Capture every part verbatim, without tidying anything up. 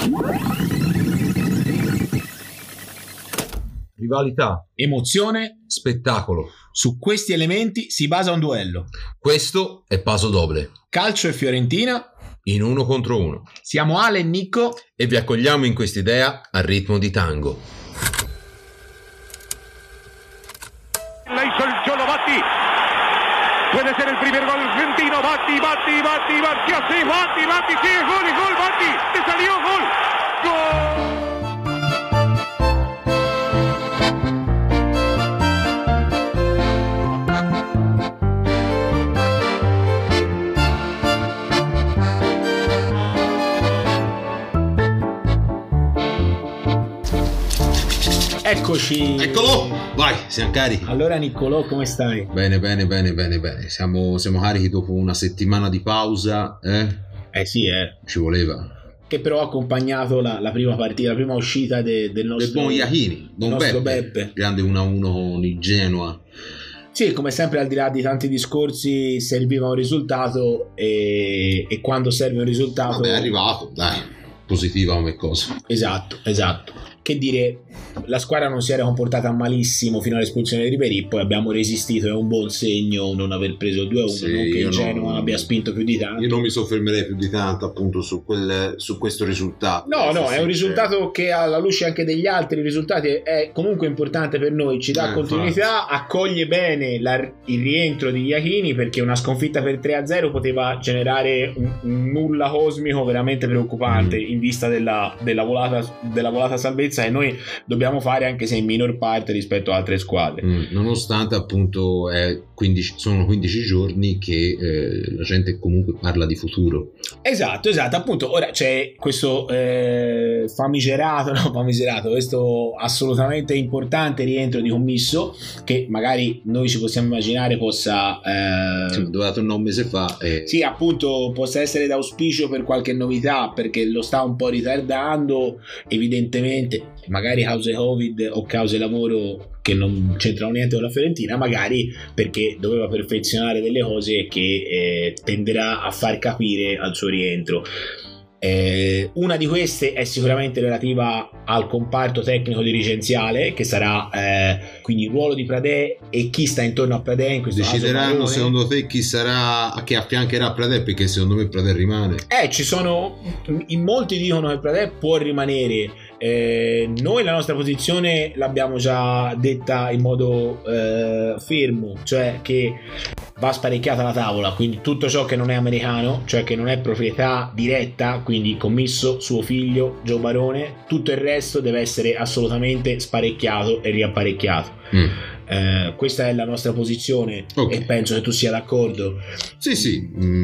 Rivalità, emozione, spettacolo. Su questi elementi si basa un duello. Questo è Paso Doble. Calcio e Fiorentina in uno contro uno. Siamo Ale e Nico e vi accogliamo in quest'idea a ritmo di tango. La hizo el Cholo Batti. Puede ser el primer gol argentino. Batti, Batti, Batti, Batti, así, Batti, Batti, sí, gol, gol, Batti. Te salió gol. Gol. Eccoci. Eccolo. Vai, siamo carichi. Allora Niccolò, come stai? Bene, bene, bene, bene, bene. Siamo, siamo carichi dopo una settimana di pausa, eh? Eh sì, eh. Ci voleva. Che però ha accompagnato la, la prima partita, la prima uscita de, del nostro... Del buon Iachini, Don nostro Beppe. Beppe. Grande uno a uno con il Genoa. Sì, come sempre, al di là di tanti discorsi, serviva un risultato e, e quando serve un risultato... Vabbè, è arrivato, dai, positiva come cosa. Esatto, esatto. Che dire, la squadra non si era comportata malissimo fino all'espulsione di Ribéry, poi abbiamo resistito, è un buon segno non aver preso il due a uno, sì, non che il Genoa non, abbia spinto più di tanto. Io non mi soffermerei più di tanto appunto su, quel, su questo risultato. No, no, sì, è un sì, risultato certo. Che alla luce anche degli altri risultati è comunque importante per noi, ci dà eh, continuità, infatti. Accoglie bene la, il rientro di Iachini, perché una sconfitta per tre a zero poteva generare un, un nulla cosmico veramente preoccupante mm. in vista della, della, volata, della volata salvezza che noi dobbiamo fare, anche se in minor parte rispetto ad altre squadre. Mm, nonostante appunto è quindici, sono quindici giorni che eh, la gente comunque parla di futuro. Esatto, esatto, appunto ora c'è questo eh, famigerato, no famigerato, questo assolutamente importante rientro di Commisso, che magari noi ci possiamo immaginare possa eh, sì, doveva tornare un mese fa e... sì, appunto, possa essere d'auspicio per qualche novità, perché lo sta un po' ritardando evidentemente, magari cause Covid o cause lavoro che non c'entrano niente con la Fiorentina, magari perché doveva perfezionare delle cose che eh, tenderà a far capire al suo rientro. Eh, una di queste è sicuramente relativa al comparto tecnico dirigenziale, che sarà eh, quindi il ruolo di Pradè e chi sta intorno a Pradè in questo decideranno caso secondo te chi sarà, che affiancherà Pradè, perché secondo me Pradè rimane. Eh, ci sono, in molti dicono che Pradè può rimanere. Eh, noi la nostra posizione l'abbiamo già detta in modo eh, fermo, cioè che va sparecchiata la tavola, quindi tutto ciò che non è americano, cioè che non è proprietà diretta, quindi Commisso, suo figlio Gio Barone, tutto il resto deve essere assolutamente sparecchiato e riapparecchiato. mm. Eh, questa è la nostra posizione, okay. E penso che tu sia d'accordo. Sì, sì.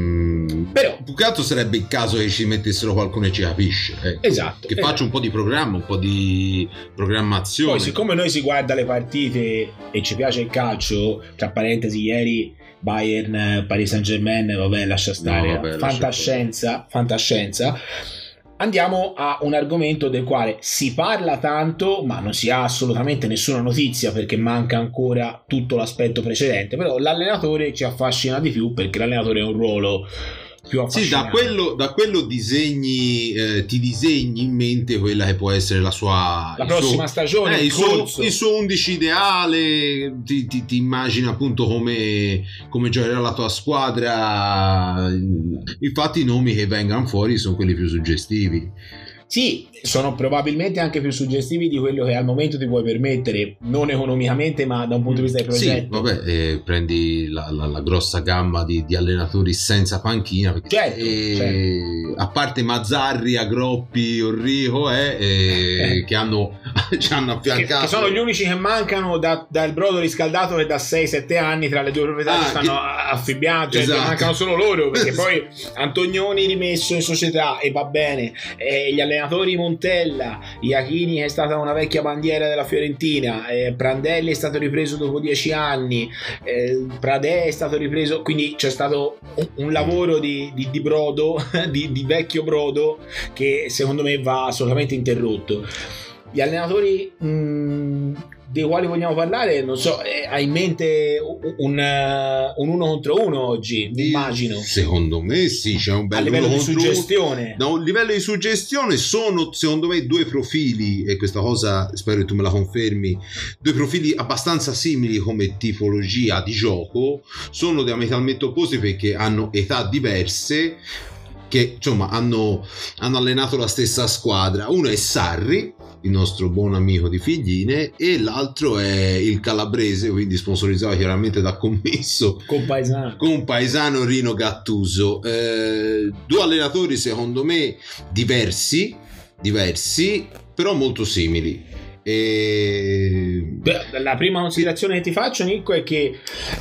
Mm, però più che altro sarebbe il caso che ci mettessero qualcuno che ci capisce, eh. Esatto. Che esatto. faccia un po' di programma, un po' di programmazione. Poi, siccome noi si guarda le partite e ci piace il calcio, tra parentesi, ieri Bayern, Paris Saint-Germain, vabbè, lascia stare, no, vabbè, fantascienza, lascia fantascienza. Andiamo a un argomento del quale si parla tanto, ma non si ha assolutamente nessuna notizia perché manca ancora tutto l'aspetto precedente. Però l'allenatore ci affascina di più, perché l'allenatore è un ruolo più affascinante. Sì, da quello, da quello disegni, eh, ti disegni in mente quella che può essere la sua la prossima suo, stagione, eh, il, suo, il suo undici ideale, ti, ti, ti immagini appunto come, come giocherà la tua squadra. Infatti i nomi che vengano fuori sono quelli più suggestivi. Sì, sono probabilmente anche più suggestivi di quello che al momento ti puoi permettere, non economicamente ma da un punto di vista di progetto. Sì, vabbè, eh, prendi la, la, la grossa gamma di, di allenatori senza panchina, perché, certo, eh, certo. A parte Mazzarri, Agroppi, Orrico eh, eh, eh. che hanno, ci hanno affiancato, che, che sono gli unici che mancano da, dal brodo riscaldato che da sei sette anni tra le due proprietà ah, stanno che... affibbiando, cioè esatto. Mancano solo loro, perché poi Antonioni rimesso in società e va bene, e gli allenatori Montella, Iachini è stata una vecchia bandiera della Fiorentina, eh, Prandelli è stato ripreso dopo dieci anni, eh, Pradè è stato ripreso, quindi c'è stato un, un lavoro di, di, di brodo di, di vecchio brodo che secondo me va assolutamente interrotto. gli allenatori mh, dei quali vogliamo parlare, non so, eh, hai in mente un, un, un uno contro uno oggi, immagino. Secondo me sì, c'è un bel a livello uno di suggestione. Da un livello di suggestione sono secondo me due profili, e questa cosa spero che tu me la confermi, due profili abbastanza simili come tipologia di gioco, sono diametralmente opposti perché hanno età diverse, che insomma hanno, hanno allenato la stessa squadra. Uno è Sarri, il nostro buon amico di Figline, e l'altro è il calabrese, quindi sponsorizzato chiaramente da Commesso, con paesano, con paesano Rino Gattuso. Eh, due allenatori secondo me diversi, diversi, però molto simili. E... la prima considerazione che ti faccio, Nico, è che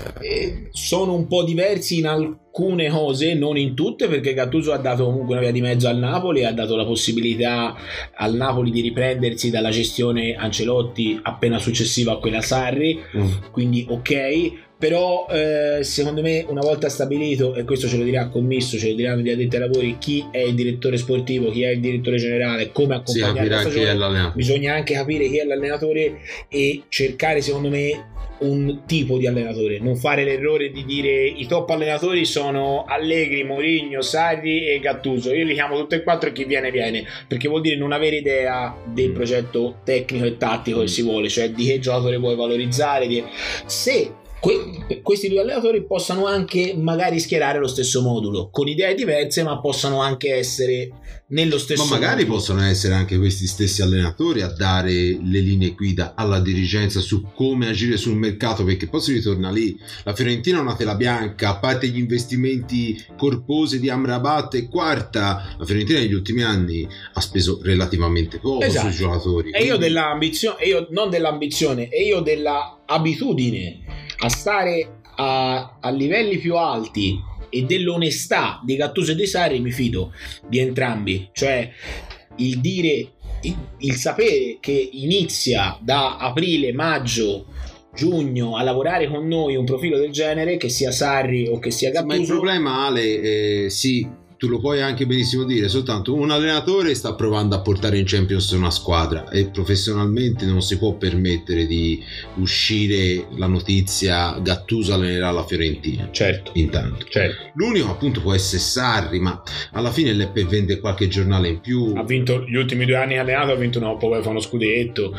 eh, sono un po' diversi in alcune cose, non in tutte, perché Gattuso ha dato comunque una via di mezzo al Napoli, ha dato la possibilità al Napoli di riprendersi dalla gestione Ancelotti appena successiva a quella Sarri, mm. quindi ok. Però eh, secondo me, una volta stabilito, e questo ce lo dirà Commisso, ce lo diranno gli addetti ai lavori, chi è il direttore sportivo, chi è il direttore generale, come accompagnare la stagione, bisogna anche capire chi è l'allenatore e cercare secondo me un tipo di allenatore, non fare l'errore di dire i top allenatori sono Allegri, Mourinho, Sarri e Gattuso, io li chiamo tutti e quattro e chi viene viene, perché vuol dire non avere idea del progetto tecnico e tattico che si vuole, cioè di che giocatore vuoi valorizzare, di... se Que- questi due allenatori possano anche magari schierare lo stesso modulo con idee diverse, ma possano anche essere nello stesso ma magari modulo. Possono essere anche questi stessi allenatori a dare le linee guida alla dirigenza su come agire sul mercato, perché poi si ritorna lì. La Fiorentina è una tela bianca, a parte gli investimenti corposi di Amrabat e Quarta, la Fiorentina negli ultimi anni ha speso relativamente poco, esatto, sui giocatori. E quindi... io dell'ambizione, e io non dell'ambizione, e io della abitudine a stare a, a livelli più alti e dell'onestà di Gattuso e di Sarri mi fido di entrambi, cioè il dire, il, il sapere che inizia da aprile, maggio, giugno a lavorare con noi un profilo del genere, che sia Sarri o che sia Gattuso. Ma il problema, Ale, eh, sì, tu lo puoi anche benissimo dire, soltanto un allenatore sta provando a portare in Champions una squadra e professionalmente non si può permettere di uscire la notizia Gattuso allenerà la Fiorentina. Certo, intanto certo. L'unico appunto può essere Sarri, ma alla fine l'è per vendere qualche giornale in più. Ha vinto gli ultimi due anni allenato, ha vinto una, poi fa uno scudetto.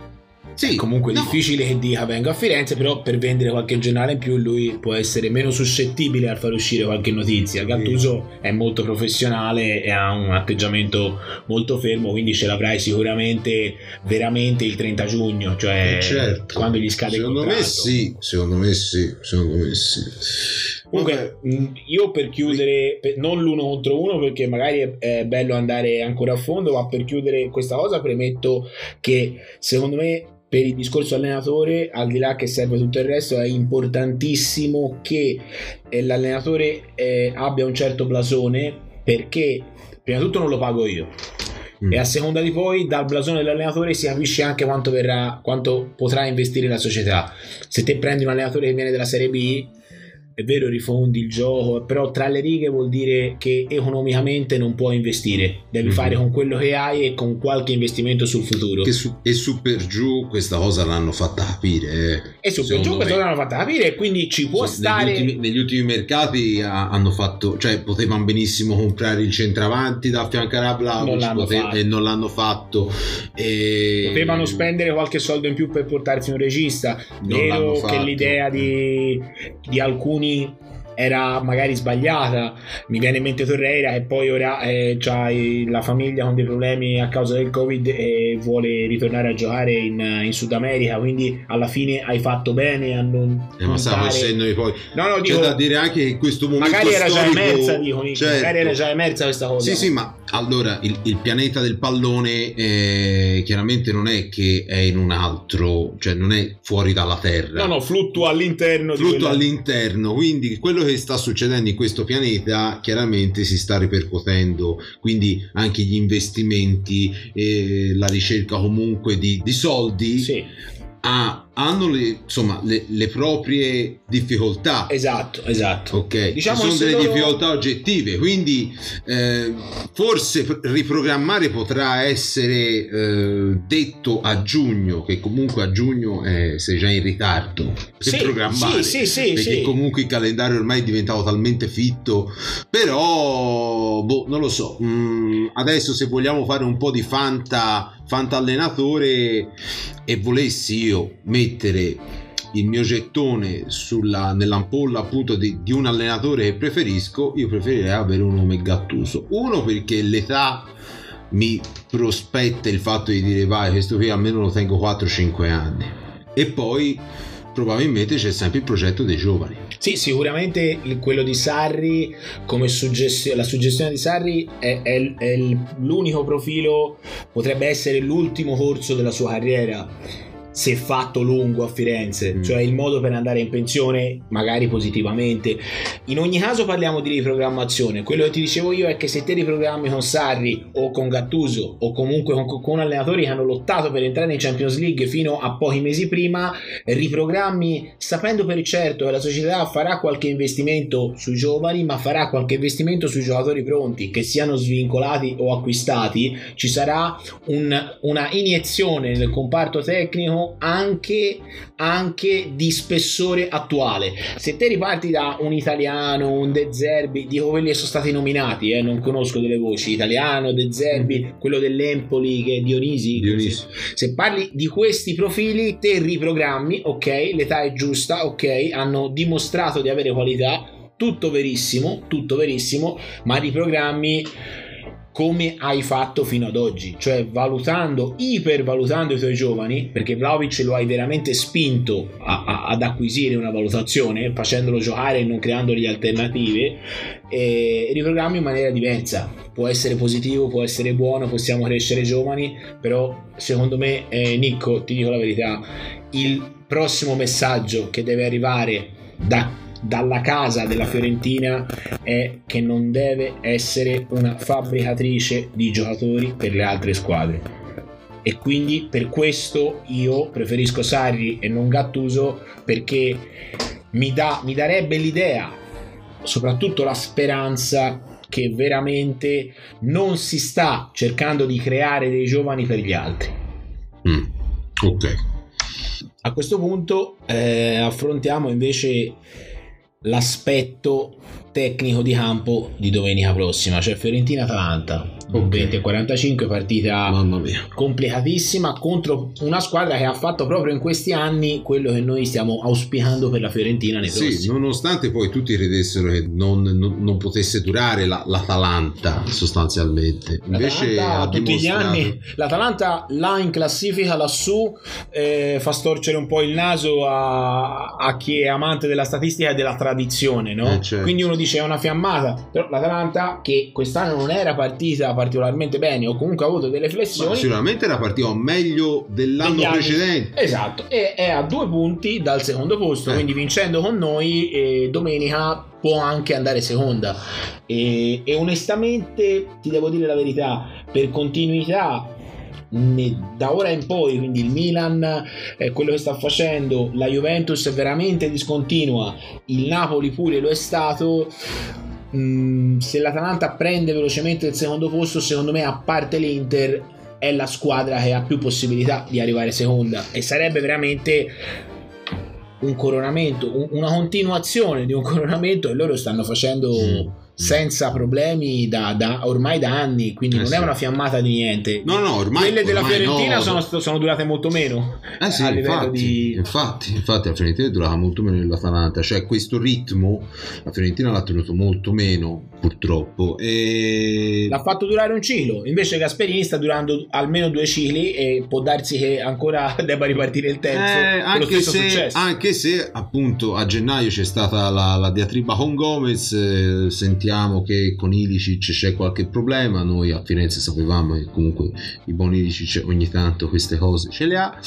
Sì, comunque è no. difficile che dica vengo a Firenze, però per vendere qualche giornale in più lui può essere meno suscettibile a far uscire qualche notizia. Gattuso sì. è molto professionale e ha un atteggiamento molto fermo, quindi ce l'avrai sicuramente veramente il trenta giugno, cioè certo. quando gli scade secondo il contratto. Me sì, secondo me sì, secondo me sì. Comunque io per chiudere, non l'uno contro uno perché magari è, è bello andare ancora a fondo, ma per chiudere questa cosa premetto che secondo me per il discorso allenatore, al di là che serve tutto il resto, è importantissimo che eh, l'allenatore eh, abbia un certo blasone, perché prima di tutto non lo pago io mm. e a seconda di poi dal blasone dell'allenatore si capisce anche quanto verrà, quanto potrà investire la società. Se te prendi un allenatore che viene dalla Serie B, è vero, rifondi il gioco, però tra le righe vuol dire che economicamente non puoi investire, devi mm-hmm. fare con quello che hai e con qualche investimento sul futuro. Che su, e su per giù questa cosa l'hanno fatta capire. Eh. E su per giù questa cosa l'hanno fatta capire, e quindi ci può sì, stare. Negli ultimi, negli ultimi mercati ha, hanno fatto, cioè potevano benissimo comprare il centravanti da affiancare a Vlahovic potev- e non l'hanno fatto. E... potevano spendere qualche soldo in più per portarsi un regista. Non Vero che fatto. l'idea di, di alcuni era magari sbagliata, mi viene in mente Torreira che poi ora eh, c'ha la famiglia con dei problemi a causa del Covid e vuole ritornare a giocare in, in Sud America, quindi alla fine hai fatto bene a non eh, ma stavo essendo poi no, no, c'è dico, da dire anche che in questo momento magari era storico, già emersa dico, certo. magari era già emersa questa cosa. Sì sì, ma allora il, il pianeta del pallone eh, chiaramente non è che è in un altro, cioè non è fuori dalla terra, no no fluttua all'interno fluttua di quella... all'interno, quindi quello che sta succedendo in questo pianeta chiaramente si sta ripercuotendo, quindi anche gli investimenti e la ricerca comunque di, di soldi sì. ha hanno le, insomma le, le proprie difficoltà. Esatto, esatto. Ok, diciamo ci sono delle loro... difficoltà oggettive, quindi eh, forse riprogrammare potrà essere eh, detto a giugno, che comunque a giugno eh, sei già in ritardo per sì, programmare, sì, sì, sì, perché sì. comunque il calendario ormai è diventato talmente fitto, però boh, non lo so. Mm, adesso se vogliamo fare un po' di fanta fanta allenatore e volessi io mettere il mio gettone sulla, nell'ampolla appunto di, di un allenatore che preferisco, io preferirei avere un nome Gattuso. Uno, perché l'età mi prospetta il fatto di dire vai, questo qui almeno lo tengo quattro cinque anni, e poi probabilmente c'è sempre il progetto dei giovani. Sì, sicuramente quello di Sarri come suggestione, la suggestione di Sarri è, è, è l'unico profilo, potrebbe essere l'ultimo corso della sua carriera, se fatto lungo a Firenze, mm. cioè il modo per andare in pensione magari positivamente. In ogni caso parliamo di riprogrammazione. Quello che ti dicevo io è che se te riprogrammi con Sarri o con Gattuso o comunque con, con allenatori che hanno lottato per entrare in Champions League fino a pochi mesi prima, riprogrammi sapendo per certo che la società farà qualche investimento sui giovani, ma farà qualche investimento sui giocatori pronti, che siano svincolati o acquistati. Ci sarà un, una iniezione nel comparto tecnico anche, anche di spessore attuale. Se te riparti da un italiano, un De Zerbi, dico quelli che sono stati nominati, eh, non conosco delle voci, italiano, De Zerbi, quello dell'Empoli che è Dionisi, Dionisi. Se parli di questi profili, te riprogrammi, ok, l'età è giusta, ok, hanno dimostrato di avere qualità, tutto verissimo, tutto verissimo, ma riprogrammi come hai fatto fino ad oggi, cioè valutando, ipervalutando i tuoi giovani, perché Vlahovic lo hai veramente spinto a, a, ad acquisire una valutazione, facendolo giocare e non creandogli alternative, e riprogrammi in maniera diversa. Può essere positivo, può essere buono, possiamo crescere giovani, però secondo me, eh, Nicco, ti dico la verità, il prossimo messaggio che deve arrivare da dalla casa della Fiorentina è che non deve essere una fabbricatrice di giocatori per le altre squadre, e quindi per questo io preferisco Sarri e non Gattuso, perché mi, dà, mi darebbe l'idea, soprattutto la speranza, che veramente non si sta cercando di creare dei giovani per gli altri. mm, ok. A questo punto eh, affrontiamo invece l'aspetto tecnico di campo di domenica prossima, cioè Fiorentina-Atalanta, okay. venti e quarantacinque, partita Mamma mia. complicatissima contro una squadra che ha fatto proprio in questi anni quello che noi stiamo auspicando per la Fiorentina nei prossimi. Sì, nonostante poi tutti credessero che non, non, non potesse durare la, l'Atalanta sostanzialmente, invece l'Atalanta, ha tutti dimostrato... gli anni l'Atalanta là in classifica lassù eh, fa storcere un po' il naso a, a chi è amante della statistica e della tradizione, no? Eh, certo. Quindi uno dice è una fiammata, però l'Atalanta, che quest'anno non era partita particolarmente bene o comunque ha avuto delle flessioni, ma sicuramente era partita meglio dell'anno precedente, esatto, e è a due punti dal secondo posto, eh. quindi vincendo con noi eh, domenica può anche andare seconda, e, e onestamente ti devo dire la verità, per continuità da ora in poi, quindi il Milan è quello che sta facendo, la Juventus è veramente discontinua, il Napoli pure lo è stato. Mm, se l'Atalanta prende velocemente il secondo posto, secondo me, a parte l'Inter, è la squadra che ha più possibilità di arrivare seconda, e sarebbe veramente un coronamento, un, una continuazione di un coronamento che loro stanno facendo mm. senza problemi da, da ormai da anni, quindi eh non sì. è una fiammata di niente. No, no, ormai quelle della ormai Fiorentina no. sono, sono durate molto meno. Eh sì, a livello infatti, di... infatti, infatti la Fiorentina è durata molto meno dell'Atalanta, cioè questo ritmo la Fiorentina l'ha tenuto molto meno, purtroppo, e l'ha fatto durare un ciclo, invece Gasperini sta durando almeno due cicli e può darsi che ancora debba ripartire il terzo, eh, anche, se, anche se appunto a gennaio c'è stata la, la diatriba con Gomez, eh, sentivo sentiamo che con Ilicic c'è qualche problema. Noi a Firenze sapevamo che comunque i buoni Ilicic ogni tanto queste cose ce le ha,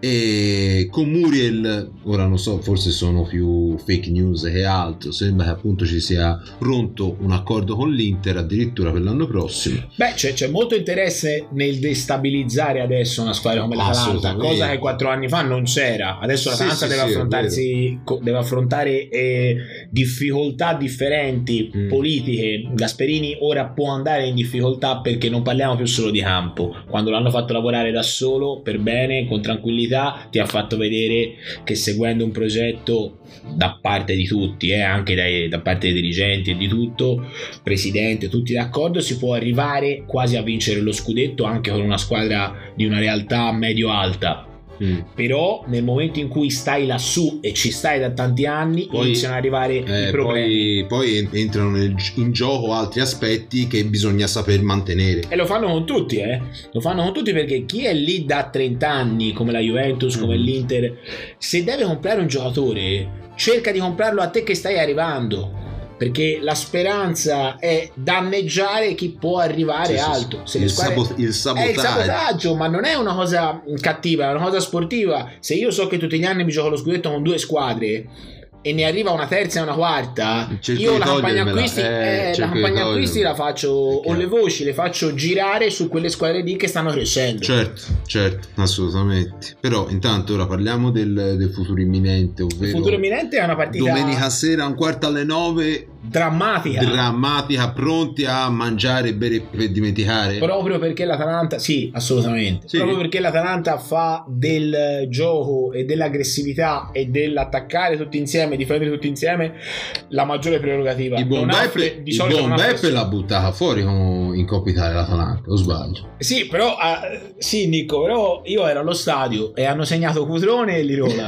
e con Muriel ora non so, forse sono più fake news che altro, sembra che appunto ci sia pronto un accordo con l'Inter addirittura per l'anno prossimo. Beh, c'è, c'è molto interesse nel destabilizzare adesso una squadra come l'Atalanta, cosa che quattro anni fa non c'era. Adesso l'Atalanta sì, deve, sì, affrontarsi, deve affrontare eh, difficoltà differenti, mm. politiche. Gasperini ora può andare in difficoltà perché non parliamo più solo di campo. Quando l'hanno fatto lavorare da solo per bene, con tranquillità, ti ha fatto vedere che seguendo un progetto da parte di tutti, eh, anche dai, da parte dei dirigenti e di tutto, presidente, tutti d'accordo, si può arrivare quasi a vincere lo scudetto anche con una squadra di una realtà medio-alta. Mm. Però nel momento in cui stai lassù e ci stai da tanti anni, poi iniziano ad arrivare eh, i problemi. Poi, poi entrano nel, in gioco altri aspetti che bisogna saper mantenere, e lo fanno con tutti, eh? lo fanno con tutti, perché chi è lì da trenta anni come la Juventus, come mm. l'Inter, se deve comprare un giocatore cerca di comprarlo a te che stai arrivando, perché la speranza è danneggiare chi può arrivare sì, alto. Se il, le squadre... sabot- il sabotaggio. È il sabotaggio, ma non è una cosa cattiva, è una cosa sportiva. Se io so che tutti gli anni mi gioco lo scudetto con due squadre e ne arriva una terza e una quarta, cerco io la campagna acquisti, eh, eh, la campagna acquisti la faccio, o le voci le faccio girare su quelle squadre lì che stanno crescendo. Certo, certo, assolutamente. Però intanto ora parliamo del, del futuro imminente, ovvero il futuro imminente è una partita domenica sera un quarto alle nove, drammatica drammatica, pronti a mangiare e bere per dimenticare, proprio perché l'Atalanta sì assolutamente sì. proprio perché l'Atalanta fa del gioco e dell'aggressività e dell'attaccare tutti insieme, difendere tutti insieme, la maggiore prerogativa. Il buon Beppe, di solito il buon Beppe l'ha buttata fuori in Coppa Italia l'Atalanta, o sbaglio? Sì, però uh, sì Nico, però io ero allo stadio e hanno segnato Cutrone e Lirola.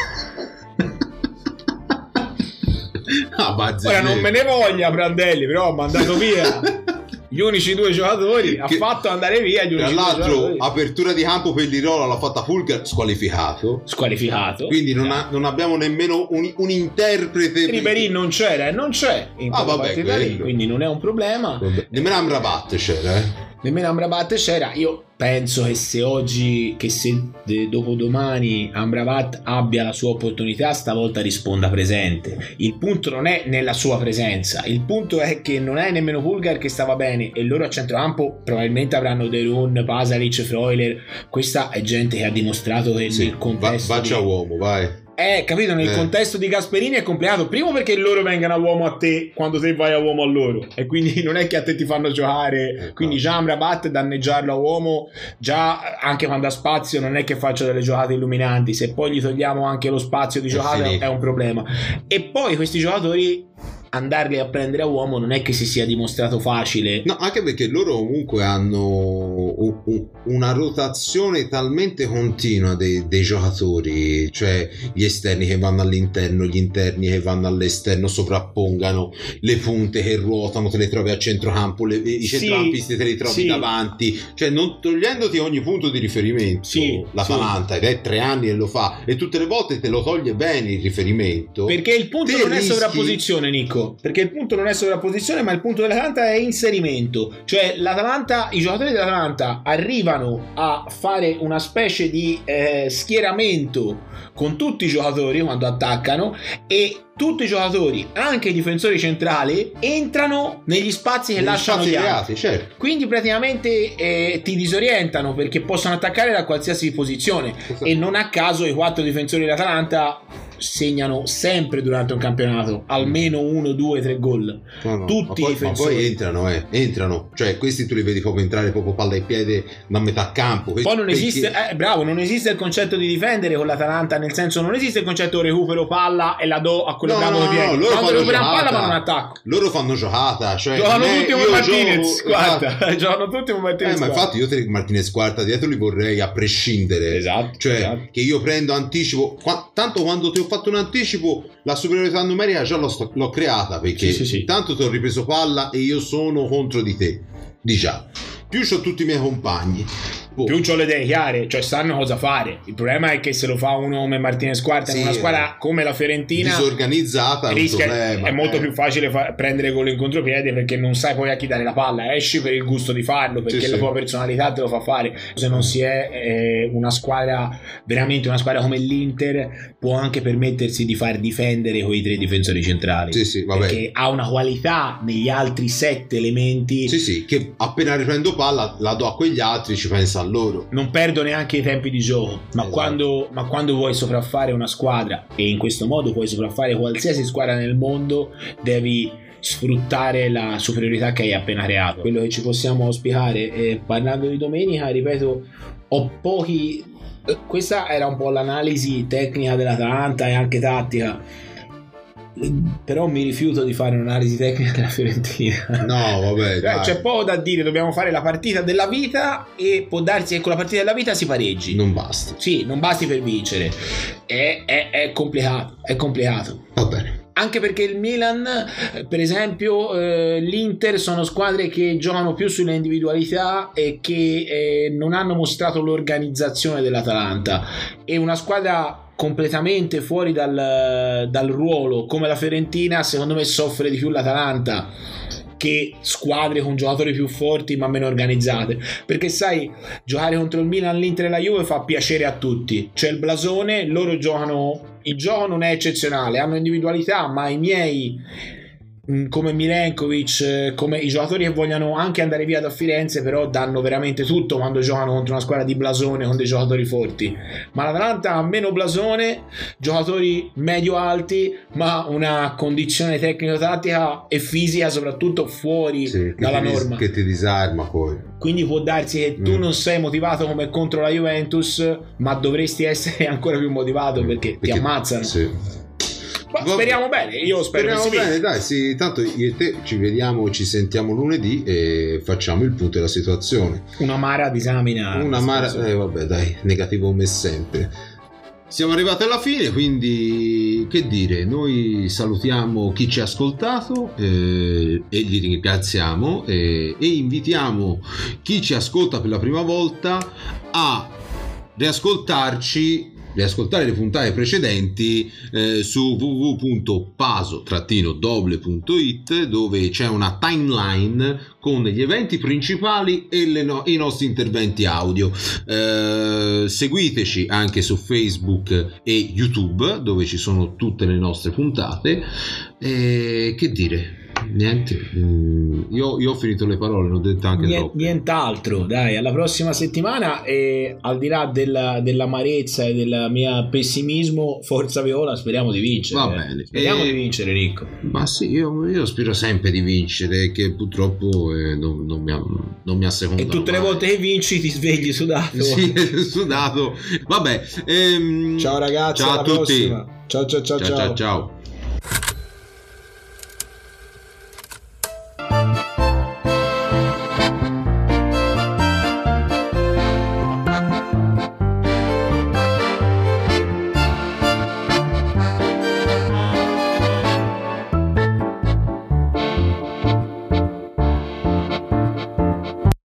Ah, ora non me ne voglia Prandelli, però ha mandato via gli unici due giocatori, che, ha fatto andare via gli unici tra l'altro due giocatori. Apertura di campo per Lirola l'ha fatta Fulgar, squalificato squalificato quindi non, ha, non abbiamo nemmeno un, un interprete. Ribéry non c'era e non c'è in ah, vabbè, lì, quindi non è un problema. Vabbè. Nemmeno Amrabat c'era eh nemmeno Amrabat c'era. Io penso che se oggi, che se dopodomani Amrabat abbia la sua opportunità, stavolta risponda presente. Il punto non è nella sua presenza, il punto è che non è nemmeno Fulgar che stava bene, e loro a centrocampo probabilmente avranno De Roon, Pasalic, Freuler. Questa è gente che ha dimostrato che sì, nel contesto va, faccia di... uomo, vai. Eh, capito, nel eh. contesto di Gasperini è complicato. Primo perché loro vengano a uomo a te quando te vai a uomo a loro, e quindi non è che a te ti fanno giocare, eh, quindi già Amrabat danneggiarlo a uomo, già anche quando ha spazio non è che faccia delle giocate illuminanti. Se poi gli togliamo anche lo spazio di giocata è, è un problema. E poi questi giocatori andarli a prendere a uomo non è che si sia dimostrato facile. No, anche perché loro comunque hanno una rotazione talmente continua dei, dei giocatori, cioè gli esterni che vanno all'interno, gli interni che vanno all'esterno, sovrappongano, le punte che ruotano te le trovi a centrocampo, le, i centrocampisti sì, te li trovi sì. davanti, cioè non togliendoti ogni punto di riferimento. Sì, l'Atalanta sì. che è tre anni e lo fa, e tutte le volte te lo toglie bene il riferimento, perché il punto non rischi... è sovrapposizione, Nico. Perché il punto non è sovrapposizione, ma il punto dell'Atalanta è inserimento. Cioè l'Atalanta, i giocatori dell'Atalanta arrivano a fare una specie di eh, schieramento con tutti i giocatori quando attaccano, e tutti i giocatori, anche i difensori centrali, entrano negli spazi che negli lasciano gli altri, certo. Quindi praticamente eh, ti disorientano, perché possono attaccare da qualsiasi posizione, esatto. E non a caso i quattro difensori dell'Atalanta segnano sempre durante un campionato almeno uno, due, tre gol. No, no, tutti ma poi, i difensori ma poi entrano, eh, entrano, cioè questi tu li vedi proprio entrare proprio palla ai piedi da metà campo. Poi non perché... esiste, eh, bravo, non esiste il concetto di difendere con l'Atalanta, nel senso non esiste il concetto recupero palla e la do a quello no, bravo no, di piedi. No, loro quando recuperano palla vanno in attacco. Loro fanno giocata, cioè giocano tutti come Martinez, gioco... guarda, giocano tutti come Martinez. Eh, ma infatti io te Martinez quarta dietro li vorrei a prescindere. Esatto. Cioè esatto. che io prendo anticipo, Qua... tanto quando ti ho fatto un anticipo la superiorità numerica già l'ho, sto... l'ho creata, perché sì, sì, sì. tanto ti ho ripreso palla e io sono contro di te, di già. Più c'ho tutti i miei compagni, boh. Più c'ho le idee chiare, cioè sanno cosa fare. Il problema è che se lo fa uno come Martinez Quarta sì, in una squadra come la Fiorentina disorganizzata è, rischia, problema, è molto eh. più facile fa- prendere gol in contropiede, perché non sai poi a chi dare la palla, esci per il gusto di farlo, perché sì, la sì. tua personalità te lo fa fare. Se non si è eh, una squadra, veramente una squadra come l'Inter, può anche permettersi di far difendere quei tre difensori centrali, sì, sì, vabbè. perché ha una qualità negli altri sette elementi. Sì, sì, che appena riprendo palla la do a quegli altri, ci pensa a loro. Non perdo neanche i tempi di gioco, ma, Esatto. quando, ma quando vuoi sopraffare una squadra, e in questo modo puoi sopraffare qualsiasi squadra nel mondo, devi sfruttare la superiorità che hai appena creato. Quello che ci possiamo auspicare, eh, parlando di domenica, ripeto, ho pochi... Questa era un po' l'analisi tecnica dell'Atalanta e anche tattica, però mi rifiuto di fare un'analisi tecnica della Fiorentina. No, vabbè, dai. C'è poco da dire, dobbiamo fare la partita della vita, e può darsi che con la partita della vita si pareggi. Non basta. Sì, non basti per vincere. È, è, è complicato, è complicato. Va bene. Anche perché il Milan, per esempio, eh, l'Inter sono squadre che giocano più sulle individualità e che eh, non hanno mostrato l'organizzazione dell'Atalanta. E una squadra completamente fuori dal, dal ruolo come la Fiorentina, secondo me soffre di più l'Atalanta che squadre con giocatori più forti ma meno organizzate, perché sai, giocare contro il Milan, l'Inter e la Juve fa piacere a tutti, c'è il blasone, loro giocano, il gioco non è eccezionale, hanno individualità, ma i miei come Milenkovic, come i giocatori che vogliono anche andare via da Firenze, però danno veramente tutto quando giocano contro una squadra di blasone con dei giocatori forti. Ma l'Atalanta ha meno blasone, giocatori medio alti, ma una condizione tecnico-tattica e fisica soprattutto fuori sì, dalla che ti, norma, che ti disarma poi. quindi può darsi che tu mm. non sei motivato come contro la Juventus, ma dovresti essere ancora più motivato perché, perché ti ammazzano. Sì. Ma speriamo bene, io spero speriamo che si bene, dai, sì, tanto io e te ci vediamo, ci sentiamo lunedì e facciamo il punto della situazione. Una mara disamina. Una mara, eh, vabbè, dai, negativo come sempre. Siamo arrivati alla fine, quindi che dire, noi salutiamo chi ci ha ascoltato eh, e li ringraziamo eh, e invitiamo chi ci ascolta per la prima volta a riascoltarci riascoltare le puntate precedenti eh, su w w w punto paso doble punto it, dove c'è una timeline con gli eventi principali e le no- i nostri interventi audio. Eh, seguiteci anche su Facebook e YouTube, dove ci sono tutte le nostre puntate. E che dire, niente, io, io ho finito le parole, l'ho detto anche Nient, troppo. Nient'altro, dai, alla prossima settimana, e al di là della, dell'amarezza e del mio pessimismo, forza Viola, speriamo di vincere. Va bene. Speriamo e... di vincere, Ricco. Ma sì, io, io spero sempre di vincere, che purtroppo eh, non, non mi ha non mi assecondato. E tutte mai. le volte che vinci ti svegli sudato. Sì, sudato. Vabbè. Ehm, ciao ragazzi, ciao alla a tutti. prossima. Ciao ciao ciao ciao. ciao, ciao.